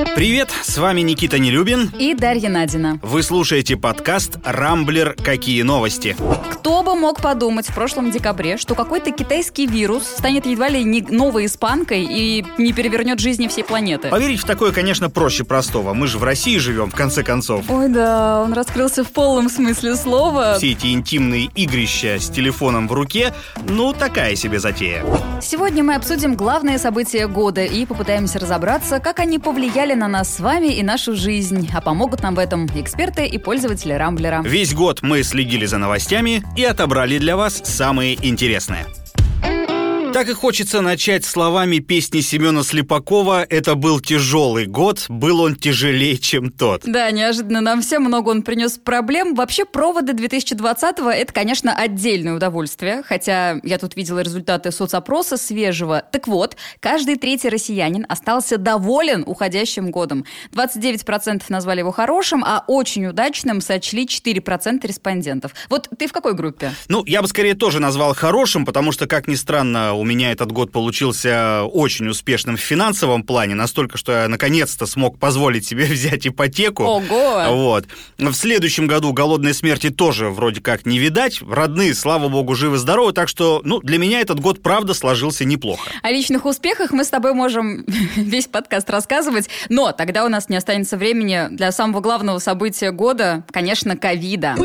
Привет, с вами Никита Нелюбин и Дарья Надина. Вы слушаете подкаст «Рамблер. Какие новости?». Кто бы мог подумать в прошлом декабре, что какой-то китайский вирус станет едва ли не новой испанкой и не перевернет жизни всей планеты? Поверить в такое, конечно, проще простого. Мы же в России живем, в конце концов. Ой, да, он раскрылся в полном смысле слова. Все эти интимные игрища с телефоном в руке, такая себе затея. Сегодня мы обсудим главные события года и попытаемся разобраться, как они повлияли на нас с вами и нашу жизнь. А помогут нам в этом эксперты и пользователи Рамблера. Весь год мы следили за новостями и отобрали для вас самые интересные. Так и хочется начать словами песни Семена Слепакова «Это был тяжелый год, был он тяжелее, чем тот». Да, неожиданно нам всем много он принес проблем. Вообще, проводы 2020-го – это, конечно, отдельное удовольствие. Хотя я тут видела результаты соцопроса свежего. Так вот, каждый третий россиянин остался доволен уходящим годом. 29% назвали его хорошим, а очень удачным сочли 4% респондентов. Вот ты в какой группе? Я бы скорее тоже назвал хорошим, потому что, как ни странно, у меня этот год получился очень успешным в финансовом плане, настолько, что я наконец-то смог позволить себе взять ипотеку. Ого! В следующем году голодной смерти тоже вроде как не видать. Родные, слава богу, живы-здоровы, так что, для меня этот год, правда, сложился неплохо. О личных успехах мы с тобой можем весь подкаст рассказывать, но тогда у нас не останется времени для самого главного события года, конечно, ковида.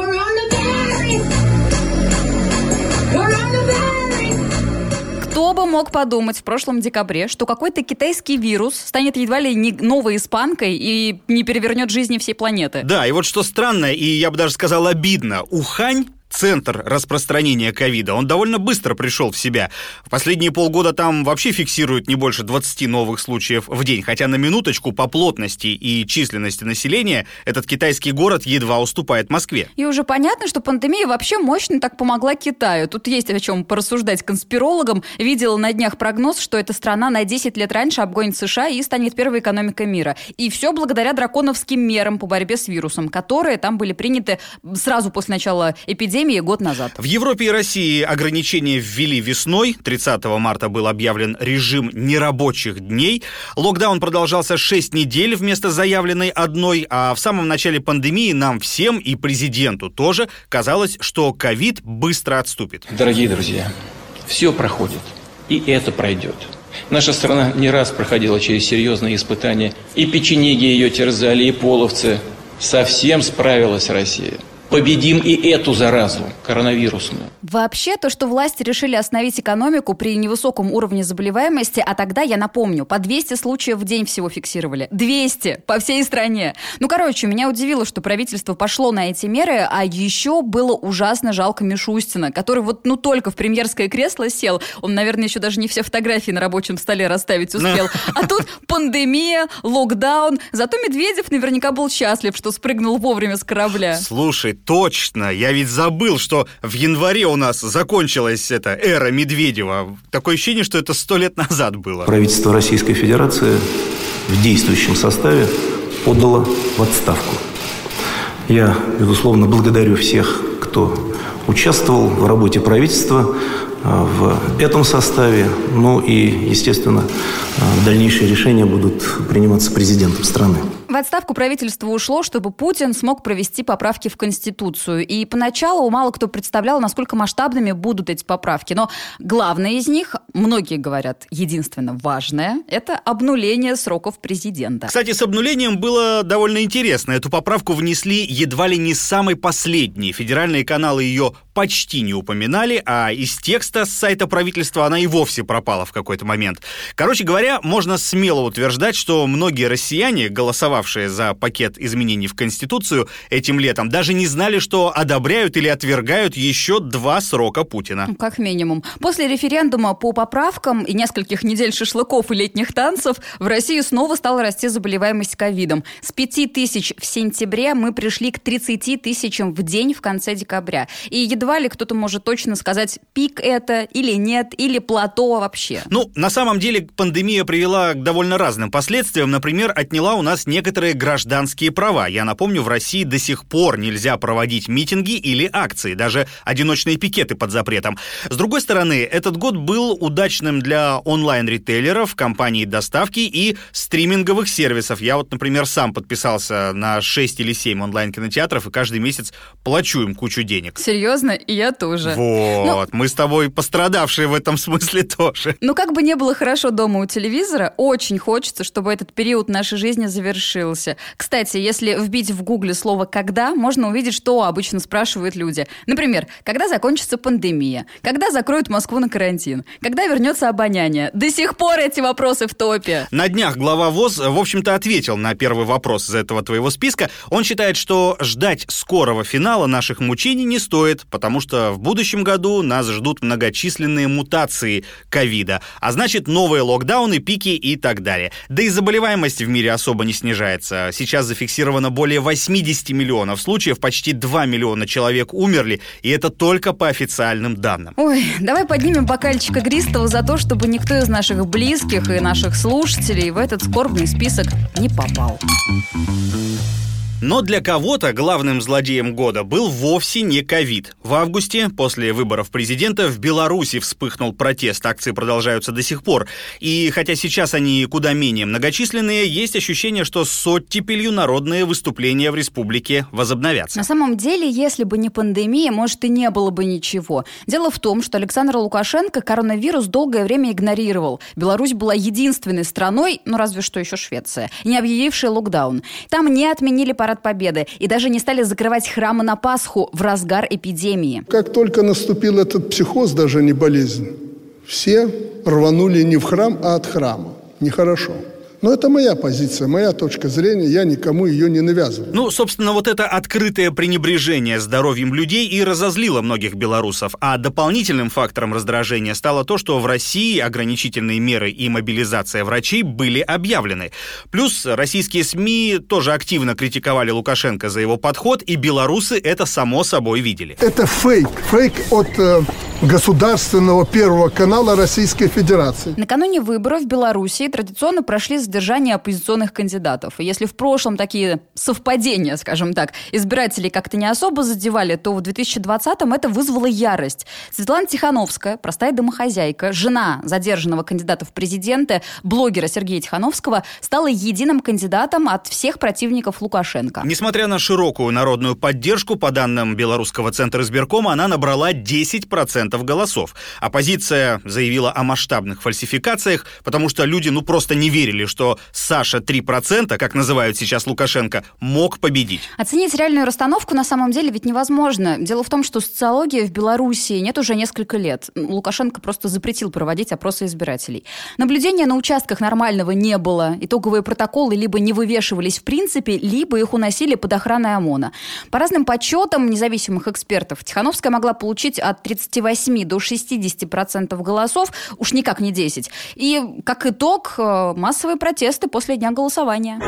Кто бы мог подумать в прошлом декабре, что какой-то китайский вирус станет едва ли не новой испанкой и не перевернет жизни всей планеты? Да, и вот что странно, и я бы даже сказал обидно, Ухань, центр распространения ковида, он довольно быстро пришел в себя. В последние полгода там вообще фиксируют не больше 20 новых случаев в день, хотя на минуточку по плотности и численности населения этот китайский город едва уступает Москве. И уже понятно, что пандемия вообще мощно так помогла Китаю. Тут есть о чем порассуждать конспирологам. Видела на днях прогноз, что эта страна на 10 лет раньше обгонит США и станет первой экономикой мира. И все благодаря драконовским мерам по борьбе с вирусом, которые там были приняты сразу после начала эпидемии год назад. В Европе и России ограничения ввели весной. 30 марта был объявлен режим нерабочих дней. Локдаун продолжался 6 недель вместо заявленной одной, а в самом начале пандемии нам всем и президенту тоже казалось, что ковид быстро отступит. Дорогие друзья, все проходит, и это пройдет. Наша страна не раз проходила через серьезные испытания. И печенеги ее терзали, и половцы. Совсем справилась Россия. Победим и эту заразу, коронавирусную. Вообще, то, что власти решили остановить экономику при невысоком уровне заболеваемости, а тогда, я напомню, по 200 случаев в день всего фиксировали. 200! По всей стране. Меня удивило, что правительство пошло на эти меры, а еще было ужасно жалко Мишустина, который только в премьерское кресло сел. Он, наверное, еще даже не все фотографии на рабочем столе расставить успел. А тут пандемия, локдаун. Зато Медведев наверняка был счастлив, что спрыгнул вовремя с корабля. Слушай, точно, я ведь забыл, что в январе у нас закончилась эта эра Медведева. Такое ощущение, что это 100 лет назад было. Правительство Российской Федерации в действующем составе подало в отставку. Я, безусловно, благодарю всех, кто участвовал в работе правительства в этом составе. И, естественно, дальнейшие решения будут приниматься президентом страны. В отставку правительство ушло, чтобы Путин смог провести поправки в Конституцию. И поначалу мало кто представлял, насколько масштабными будут эти поправки. Но главное из них, многие говорят, единственно важное, это обнуление сроков президента. Кстати, с обнулением было довольно интересно. Эту поправку внесли едва ли не самой последней. Федеральные каналы ее почти не упоминали, а из текста с сайта правительства она и вовсе пропала в какой-то момент. Короче говоря, можно смело утверждать, что многие россияне, голосовавшие за пакет изменений в Конституцию этим летом, даже не знали, что одобряют или отвергают еще 2 срока Путина. Как минимум. После референдума по поправкам и нескольких недель шашлыков и летних танцев в России снова стала расти заболеваемость ковидом. С 5 тысяч в сентябре мы пришли к 30 тысячам в день в конце декабря. И едва едва ли кто-то может точно сказать, пик это или нет, или плато вообще. Ну, на самом деле, пандемия привела к довольно разным последствиям. Например, отняла у нас некоторые гражданские права. Я напомню, в России до сих пор нельзя проводить митинги или акции, даже одиночные пикеты под запретом. С другой стороны, этот год был удачным для онлайн-ритейлеров, компаний доставки и стриминговых сервисов. Я вот, например, сам подписался на 6 или 7 онлайн-кинотеатров и каждый месяц плачу им кучу денег. Серьезно? И я тоже. Вот, мы с тобой пострадавшие в этом смысле тоже. Ну, как бы не было хорошо дома у телевизора, очень хочется, чтобы этот период нашей жизни завершился. Кстати, если вбить в гугле слово «когда», можно увидеть, что обычно спрашивают люди. Например, когда закончится пандемия? Когда закроют Москву на карантин? Когда вернется обоняние? До сих пор эти вопросы в топе. На днях глава ВОЗ, в общем-то, ответил на первый вопрос из этого твоего списка. Он считает, что ждать скорого финала наших мучений не стоит, потому что в будущем году нас ждут многочисленные мутации ковида, а значит, новые локдауны, пики и так далее. Да и заболеваемость в мире особо не снижается. Сейчас зафиксировано более 80 миллионов случаев, почти 2 миллиона человек умерли, и это только по официальным данным. Ой, давай поднимем бокальчик игристого за то, чтобы никто из наших близких и наших слушателей в этот скорбный список не попал. Но для кого-то главным злодеем года был вовсе не ковид. В августе, после выборов президента, в Беларуси вспыхнул протест. Акции продолжаются до сих пор. И хотя сейчас они куда менее многочисленные, есть ощущение, что с оттепелью народные выступления в республике возобновятся. На самом деле, если бы не пандемия, может, и не было бы ничего. Дело в том, что Александр Лукашенко коронавирус долгое время игнорировал. Беларусь была единственной страной, ну разве что еще Швеция, не объявившей локдаун. Там не отменили парад Победы и даже не стали закрывать храмы на Пасху в разгар эпидемии. Как только наступил этот психоз, даже не болезнь, все рванули не в храм, а от храма. Нехорошо. Но это моя позиция, моя точка зрения, я никому ее не навязываю. Ну, собственно, вот это открытое пренебрежение здоровьем людей и разозлило многих белорусов. А дополнительным фактором раздражения стало то, что в России ограничительные меры и мобилизация врачей были объявлены. Плюс российские СМИ тоже активно критиковали Лукашенко за его подход, и белорусы это само собой видели. Это фейк от государственного первого канала Российской Федерации. Накануне выборов в Беларуси традиционно прошли задержания оппозиционных кандидатов. И если в прошлом такие совпадения, скажем так, избирателей как-то не особо задевали, то в 2020-м это вызвало ярость. Светлана Тихановская, простая домохозяйка, жена задержанного кандидата в президенты, блогера Сергея Тихановского, стала единым кандидатом от всех противников Лукашенко. Несмотря на широкую народную поддержку, по данным Белорусского центра избиркома, она набрала 10% голосов. Оппозиция заявила о масштабных фальсификациях, потому что люди просто не верили, что Саша 3%, как называют сейчас Лукашенко, мог победить. Оценить реальную расстановку на самом деле ведь невозможно. Дело в том, что социологии в Беларуси нет уже несколько лет. Лукашенко просто запретил проводить опросы избирателей. Наблюдения на участках нормального не было. Итоговые протоколы либо не вывешивались в принципе, либо их уносили под охраной ОМОНа. По разным подсчетам независимых экспертов, Тихановская могла получить от 38 до 60% голосов, уж никак не 10. И, как итог, массовые протесты после дня голосования.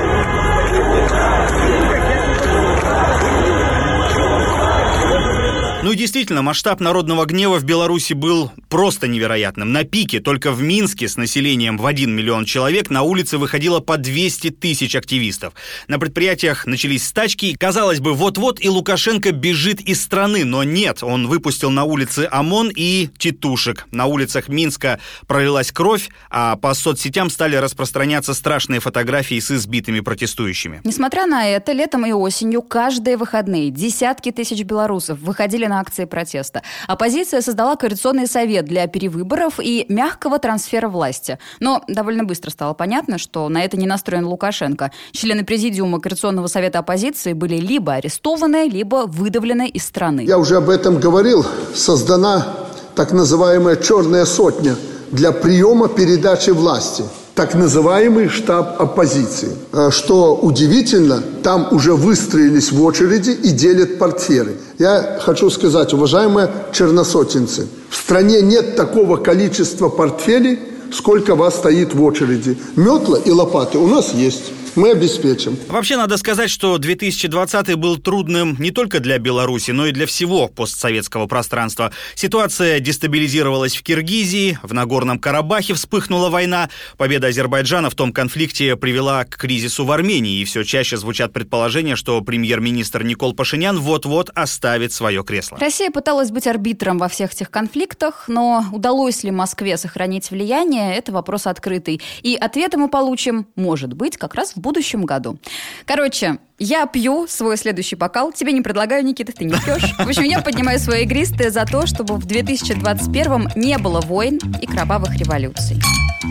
Ну и действительно, масштаб народного гнева в Беларуси был просто невероятным. На пике только в Минске с населением в 1 миллион человек на улице выходило по 200 тысяч активистов. На предприятиях начались стачки. Казалось бы, вот-вот и Лукашенко бежит из страны, но нет. Он выпустил на улицы ОМОН и тетушек. На улицах Минска пролилась кровь, а по соцсетям стали распространяться страшные фотографии с избитыми протестующими. Несмотря на это, летом и осенью каждые выходные десятки тысяч белорусов выходили на акции протеста. Оппозиция создала коалиционный совет для перевыборов и мягкого трансфера власти. Но довольно быстро стало понятно, что на это не настроен Лукашенко. Члены президиума коалиционного совета оппозиции были либо арестованы, либо выдавлены из страны. Я уже об этом говорил. Создана так называемая «черная сотня» для приема передачи власти. Так называемый штаб оппозиции. Что удивительно, там уже выстроились в очереди и делят портфели. Я хочу сказать, уважаемые черносотенцы, в стране нет такого количества портфелей, сколько вас стоит в очереди. Метла и лопаты у нас есть. Мы обеспечим. Вообще, надо сказать, что 2020 был трудным не только для Беларуси, но и для всего постсоветского пространства. Ситуация дестабилизировалась в Киргизии, в Нагорном Карабахе вспыхнула война. Победа Азербайджана в том конфликте привела к кризису в Армении, и все чаще звучат предположения, что премьер-министр Никол Пашинян вот-вот оставит свое кресло. Россия пыталась быть арбитром во всех этих конфликтах, но удалось ли Москве сохранить влияние – это вопрос открытый. И ответы мы получим, может быть, как раз в будущем году. Короче, я пью свой следующий бокал. Тебе не предлагаю, Никита, ты не пьешь. В общем, я поднимаю свои игристые за то, чтобы в 2021 не было войн и кровавых революций.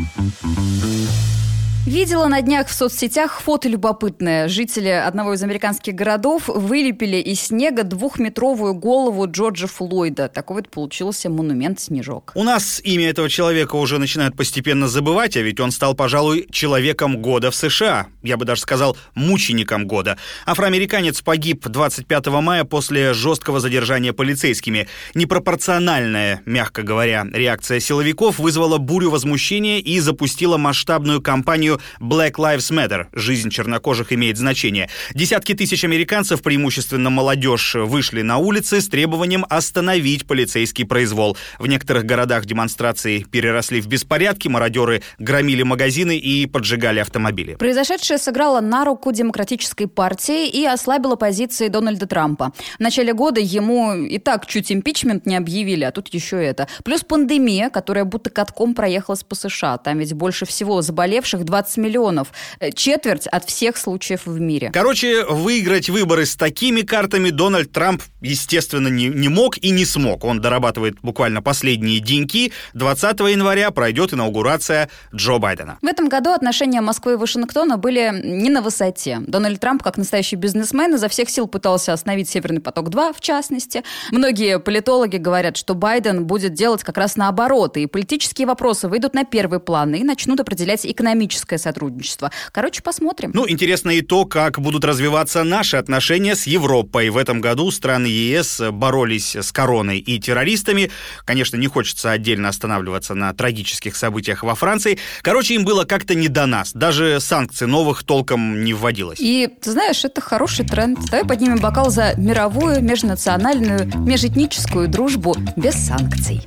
Видела на днях в соцсетях фото любопытное. Жители одного из американских городов вылепили из снега 2-метровую голову Джорджа Флойда. Такой вот получился монумент-снежок. У нас имя этого человека уже начинают постепенно забывать, а ведь он стал, пожалуй, человеком года в США. Я бы даже сказал, мучеником года. Афроамериканец погиб 25 мая после жесткого задержания полицейскими. Непропорциональная, мягко говоря, реакция силовиков вызвала бурю возмущения и запустила масштабную кампанию Black Lives Matter. Жизнь чернокожих имеет значение. Десятки тысяч американцев, преимущественно молодежь, вышли на улицы с требованием остановить полицейский произвол. В некоторых городах демонстрации переросли в беспорядки, мародеры громили магазины и поджигали автомобили. Произошедшее сыграло на руку Демократической партии и ослабило позиции Дональда Трампа. В начале года ему и так чуть импичмент не объявили, а тут еще это. Плюс пандемия, которая будто катком проехалась по США. Там ведь больше всего заболевших 20 миллионов. Четверть от всех случаев в мире. Короче, выиграть выборы с такими картами Дональд Трамп, естественно, не мог и не смог. Он дорабатывает буквально последние деньки. 20 января пройдет инаугурация Джо Байдена. В этом году отношения Москвы и Вашингтона были не на высоте. Дональд Трамп, как настоящий бизнесмен, изо всех сил пытался остановить Северный поток-2, в частности. Многие политологи говорят, что Байден будет делать как раз наоборот, и политические вопросы выйдут на первый план и начнут определять экономическое сотрудничество. Короче, посмотрим. Интересно и то, как будут развиваться наши отношения с Европой. В этом году страны ЕС боролись с короной и террористами. Конечно, не хочется отдельно останавливаться на трагических событиях во Франции. Короче, им было как-то не до нас. Даже санкций новых толком не вводилось. И, ты знаешь, это хороший тренд. Давай поднимем бокал за мировую, межнациональную, межэтническую дружбу без санкций.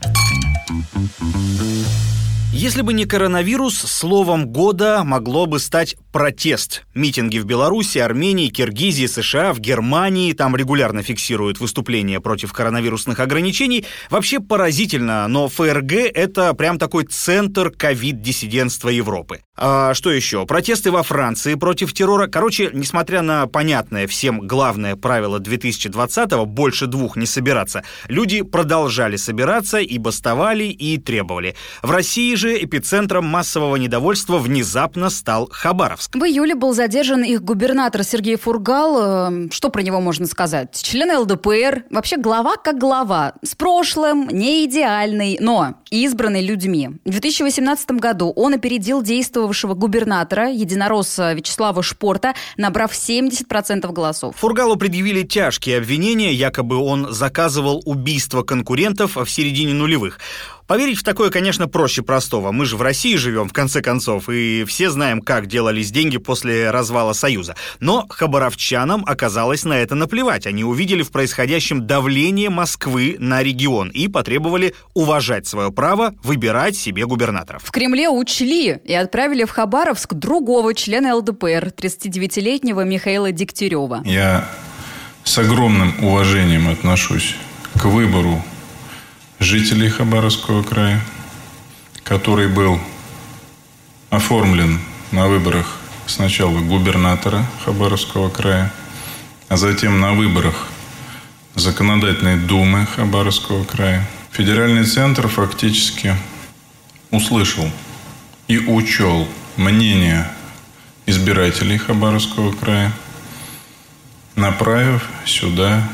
Если бы не коронавирус, словом года могло бы стать протест. Митинги в Беларуси, Армении, Киргизии, США, в Германии. Там регулярно фиксируют выступления против коронавирусных ограничений. Вообще поразительно, но ФРГ – это прям такой центр ковид-диссидентства Европы. А что еще? Протесты во Франции против террора. Короче, несмотря на понятное всем главное правило 2020-го, больше 2 не собираться, люди продолжали собираться и бастовали, и требовали. В России же эпицентром массового недовольства внезапно стал Хабаровск. В июле был задержан их губернатор Сергей Фургал. Что про него можно сказать? Член ЛДПР. Вообще глава как глава. С прошлым, не идеальный, но избранный людьми. В 2018 году он опередил действовавшего губернатора, единоросса Вячеслава Шпорта, набрав 70% голосов. Фургалу предъявили тяжкие обвинения, якобы он заказывал убийство конкурентов в середине нулевых. Поверить в такое, конечно, проще простого. Мы же в России живем, в конце концов, и все знаем, как делались деньги после развала Союза. Но хабаровчанам оказалось на это наплевать. Они увидели в происходящем давление Москвы на регион и потребовали уважать свое право выбирать себе губернаторов. В Кремле учли и отправили в Хабаровск другого члена ЛДПР, 39-летнего Михаила Дегтярева. Я с огромным уважением отношусь к выбору жителей Хабаровского края, который был оформлен на выборах сначала губернатора Хабаровского края, а затем на выборах Законодательной думы Хабаровского края. Федеральный центр фактически услышал и учел мнение избирателей Хабаровского края, направив сюда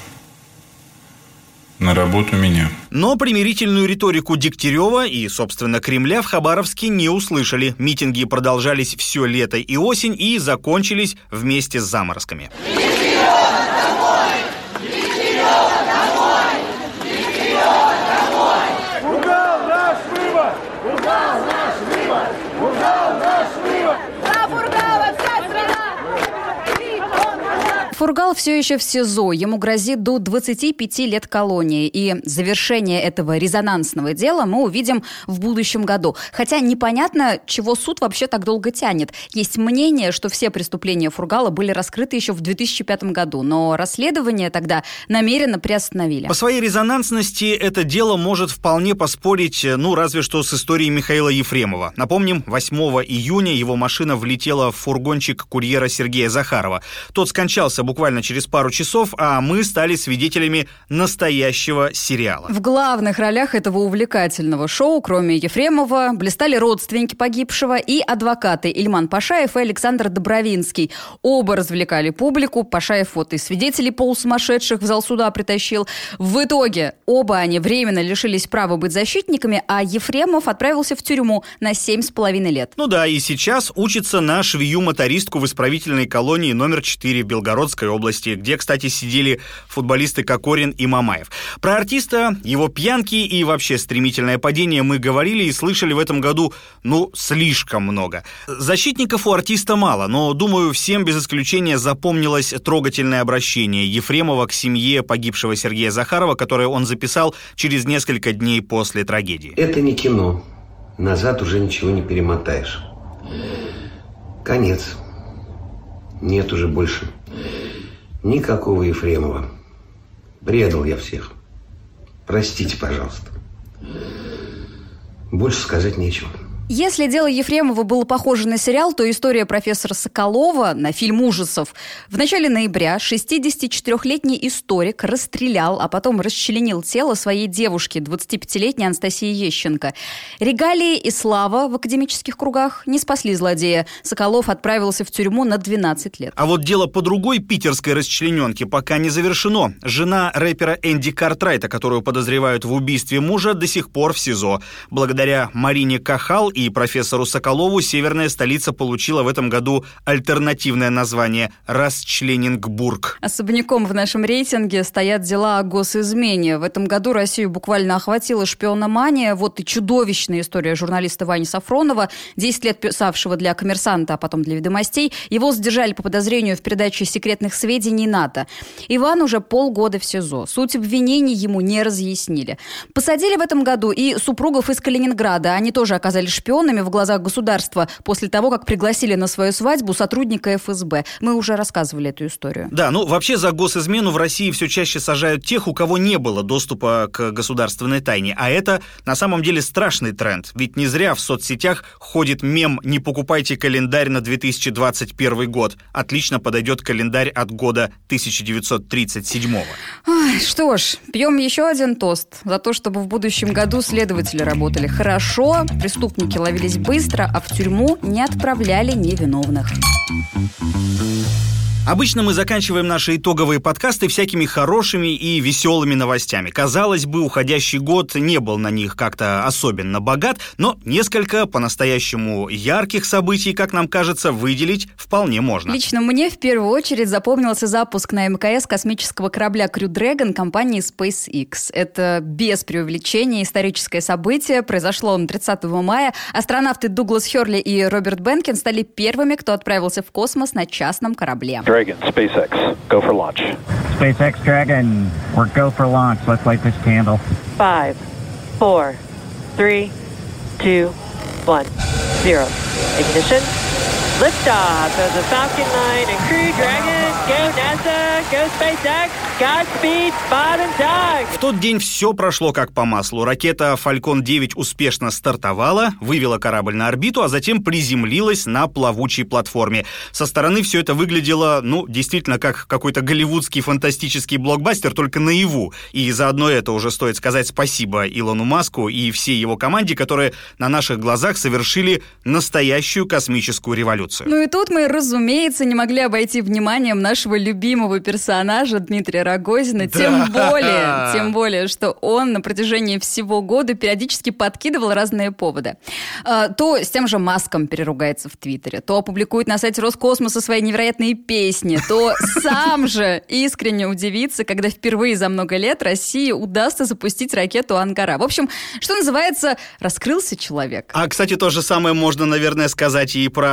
на работу меня. Но примирительную риторику Дегтярева и, собственно, Кремля в Хабаровске не услышали. Митинги продолжались все лето и осень и закончились вместе с заморозками. Фургал наш выбор! Фургал наш Фургал все еще в СИЗО. Ему грозит до 25 лет колонии. И завершение этого резонансного дела мы увидим в будущем году. Хотя непонятно, чего суд вообще так долго тянет. Есть мнение, что все преступления Фургала были раскрыты еще в 2005 году. Но расследование тогда намеренно приостановили. По своей резонансности это дело может вполне поспорить, разве что с историей Михаила Ефремова. Напомним, 8 июня его машина влетела в фургончик курьера Сергея Захарова. Тот скончался буквально через пару часов, а мы стали свидетелями настоящего сериала. В главных ролях этого увлекательного шоу, кроме Ефремова, блистали родственники погибшего и адвокаты Ильман Пашаев и Александр Добровинский. Оба развлекали публику. Пашаев и свидетелей полусумасшедших в зал суда притащил. В итоге оба они временно лишились права быть защитниками, а Ефремов отправился в тюрьму на 7,5 лет. И сейчас учится на швею-мотористку в исправительной колонии номер 4 в Белгородской области, где, кстати, сидели футболисты Кокорин и Мамаев. Про артиста, его пьянки и вообще стремительное падение мы говорили и слышали в этом году, слишком много. Защитников у артиста мало, но, думаю, всем без исключения запомнилось трогательное обращение Ефремова к семье погибшего Сергея Захарова, которое он записал через несколько дней после трагедии. Это не кино. Назад уже ничего не перемотаешь. Конец. Нет уже больше никакого Ефремова. Предал я всех. Простите, пожалуйста. Больше сказать нечего. Если дело Ефремова было похоже на сериал, то история профессора Соколова на фильм ужасов. В начале ноября 64-летний историк расстрелял, а потом расчленил тело своей девушки, 25-летней Анастасии Ещенко. Регалии и слава в академических кругах не спасли злодея. Соколов отправился в тюрьму на 12 лет. А вот дело по другой питерской расчлененке пока не завершено. Жена рэпера Энди Картрайта, которую подозревают в убийстве мужа, до сих пор в СИЗО. Благодаря Марине Кахал и профессору Соколову северная столица получила в этом году альтернативное название – Расчленингбург. Особняком в нашем рейтинге стоят дела о госизмене. В этом году Россию буквально охватила шпиономания. Вот и чудовищная история журналиста Вани Сафронова, 10 лет писавшего для «Коммерсанта», а потом для «Ведомостей». Его задержали по подозрению в передаче секретных сведений НАТО. Иван уже полгода в СИЗО. Суть обвинений ему не разъяснили. Посадили в этом году и супругов из Калининграда. Они тоже оказались шпионами в глазах государства после того, как пригласили на свою свадьбу сотрудника ФСБ. Мы уже рассказывали эту историю. Да, вообще за госизмену в России все чаще сажают тех, у кого не было доступа к государственной тайне. А это на самом деле страшный тренд. Ведь не зря в соцсетях ходит мем «Не покупайте календарь на 2021 год». Отлично подойдет календарь от года 1937-го. Что ж, пьем еще один тост за то, чтобы в будущем году следователи работали хорошо, преступники ловились быстро, а в тюрьму не отправляли невиновных. Обычно мы заканчиваем наши итоговые подкасты всякими хорошими и веселыми новостями. Казалось бы, уходящий год не был на них как-то особенно богат, но несколько по-настоящему ярких событий, как нам кажется, выделить вполне можно. Лично мне в первую очередь запомнился запуск на МКС космического корабля Crew Dragon компании SpaceX. Это без преувеличения историческое событие. Произошло он 30 мая. Астронавты Дуглас Хёрли и Роберт Бенкен стали первыми, кто отправился в космос на частном корабле. Dragon, SpaceX, go for launch. SpaceX Dragon, we're go for launch. Let's light this candle. 5, 4, 3, 2, 1, 0. Ignition. Liftoff of the Falcon 9 and Crew Dragon. Go NASA, go SpaceX, Godspeed, bottom dog. В тот день все прошло как по маслу. Ракета Falcon 9 успешно стартовала, вывела корабль на орбиту, а затем приземлилась на плавучей платформе. Со стороны все это выглядело, действительно, как какой-то голливудский фантастический блокбастер, только наяву. И заодно это уже стоит сказать спасибо Илону Маску и всей его команде, которые на наших глазах совершили настоящую космическую революцию. И тут мы, разумеется, не могли обойти вниманием нашего любимого персонажа Дмитрия Рогозина. Да. Тем более, что он на протяжении всего года периодически подкидывал разные поводы. То с тем же Маском переругается в Твиттере, то опубликует на сайте Роскосмоса свои невероятные песни, то сам же искренне удивится, когда впервые за много лет России удастся запустить ракету «Ангара». В общем, что называется, раскрылся человек. А, кстати, то же самое можно, наверное, сказать и про Артема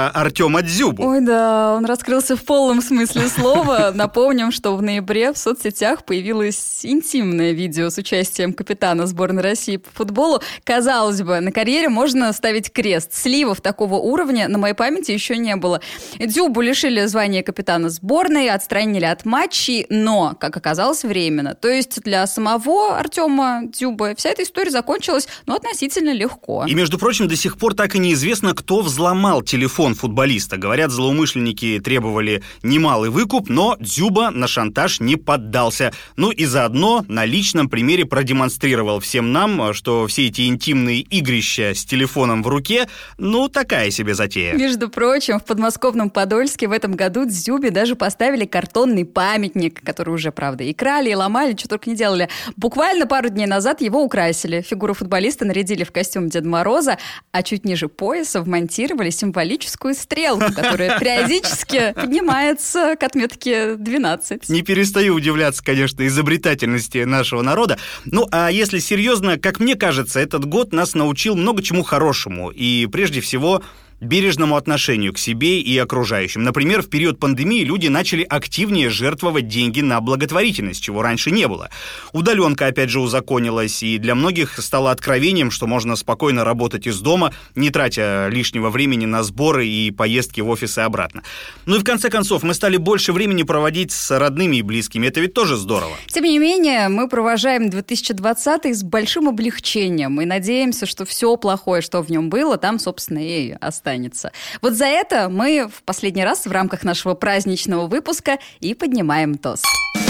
Артема Дзюбу. Ой, да, он раскрылся в полном смысле слова. Напомним, что в ноябре в соцсетях появилось интимное видео с участием капитана сборной России по футболу. Казалось бы, на карьере можно ставить крест. Сливов такого уровня на моей памяти еще не было. Дзюбу лишили звания капитана сборной, отстранили от матчей, но, как оказалось, временно. То есть для самого Артема Дзюбы вся эта история закончилась, относительно легко. И, между прочим, до сих пор так и неизвестно, кто взломал телефон футболиста. Говорят, злоумышленники требовали немалый выкуп, но Дзюба на шантаж не поддался. Ну и заодно на личном примере продемонстрировал всем нам, что все эти интимные игрища с телефоном в руке, такая себе затея. Между прочим, в подмосковном Подольске в этом году Дзюбе даже поставили картонный памятник, который уже, правда, и крали, и ломали, что только не делали. Буквально пару дней назад его украсили. Фигуру футболиста нарядили в костюм Деда Мороза, а чуть ниже пояса вмонтировали символическую стрелку, которая периодически поднимается к отметке 12. Не перестаю удивляться, конечно, изобретательности нашего народа. А если серьезно, как мне кажется, этот год нас научил много чему хорошему. И прежде всего бережному отношению к себе и окружающим. Например, в период пандемии люди начали активнее жертвовать деньги на благотворительность, чего раньше не было. Удаленка, опять же, узаконилась, и для многих стало откровением, что можно спокойно работать из дома, не тратя лишнего времени на сборы и поездки в офис и обратно. И в конце концов, мы стали больше времени проводить с родными и близкими. Это ведь тоже здорово. Тем не менее, мы провожаем 2020 с большим облегчением и надеемся, что все плохое, что в нем было, там, собственно, и останется. Вот за это мы в последний раз в рамках нашего праздничного выпуска и поднимаем тост.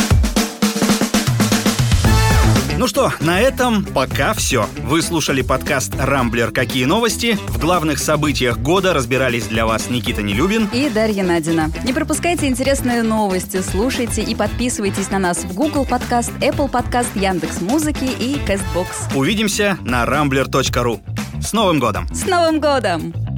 Ну что, на этом пока все. Вы слушали подкаст «Рамблер. Какие новости?». В главных событиях года разбирались для вас Никита Нелюбин и Дарья Надина. Не пропускайте интересные новости, слушайте и подписывайтесь на нас в Google Подкаст, Apple Подкаст, Яндекс.Музыки и Castbox. Увидимся на rambler.ru. С Новым годом! С Новым годом!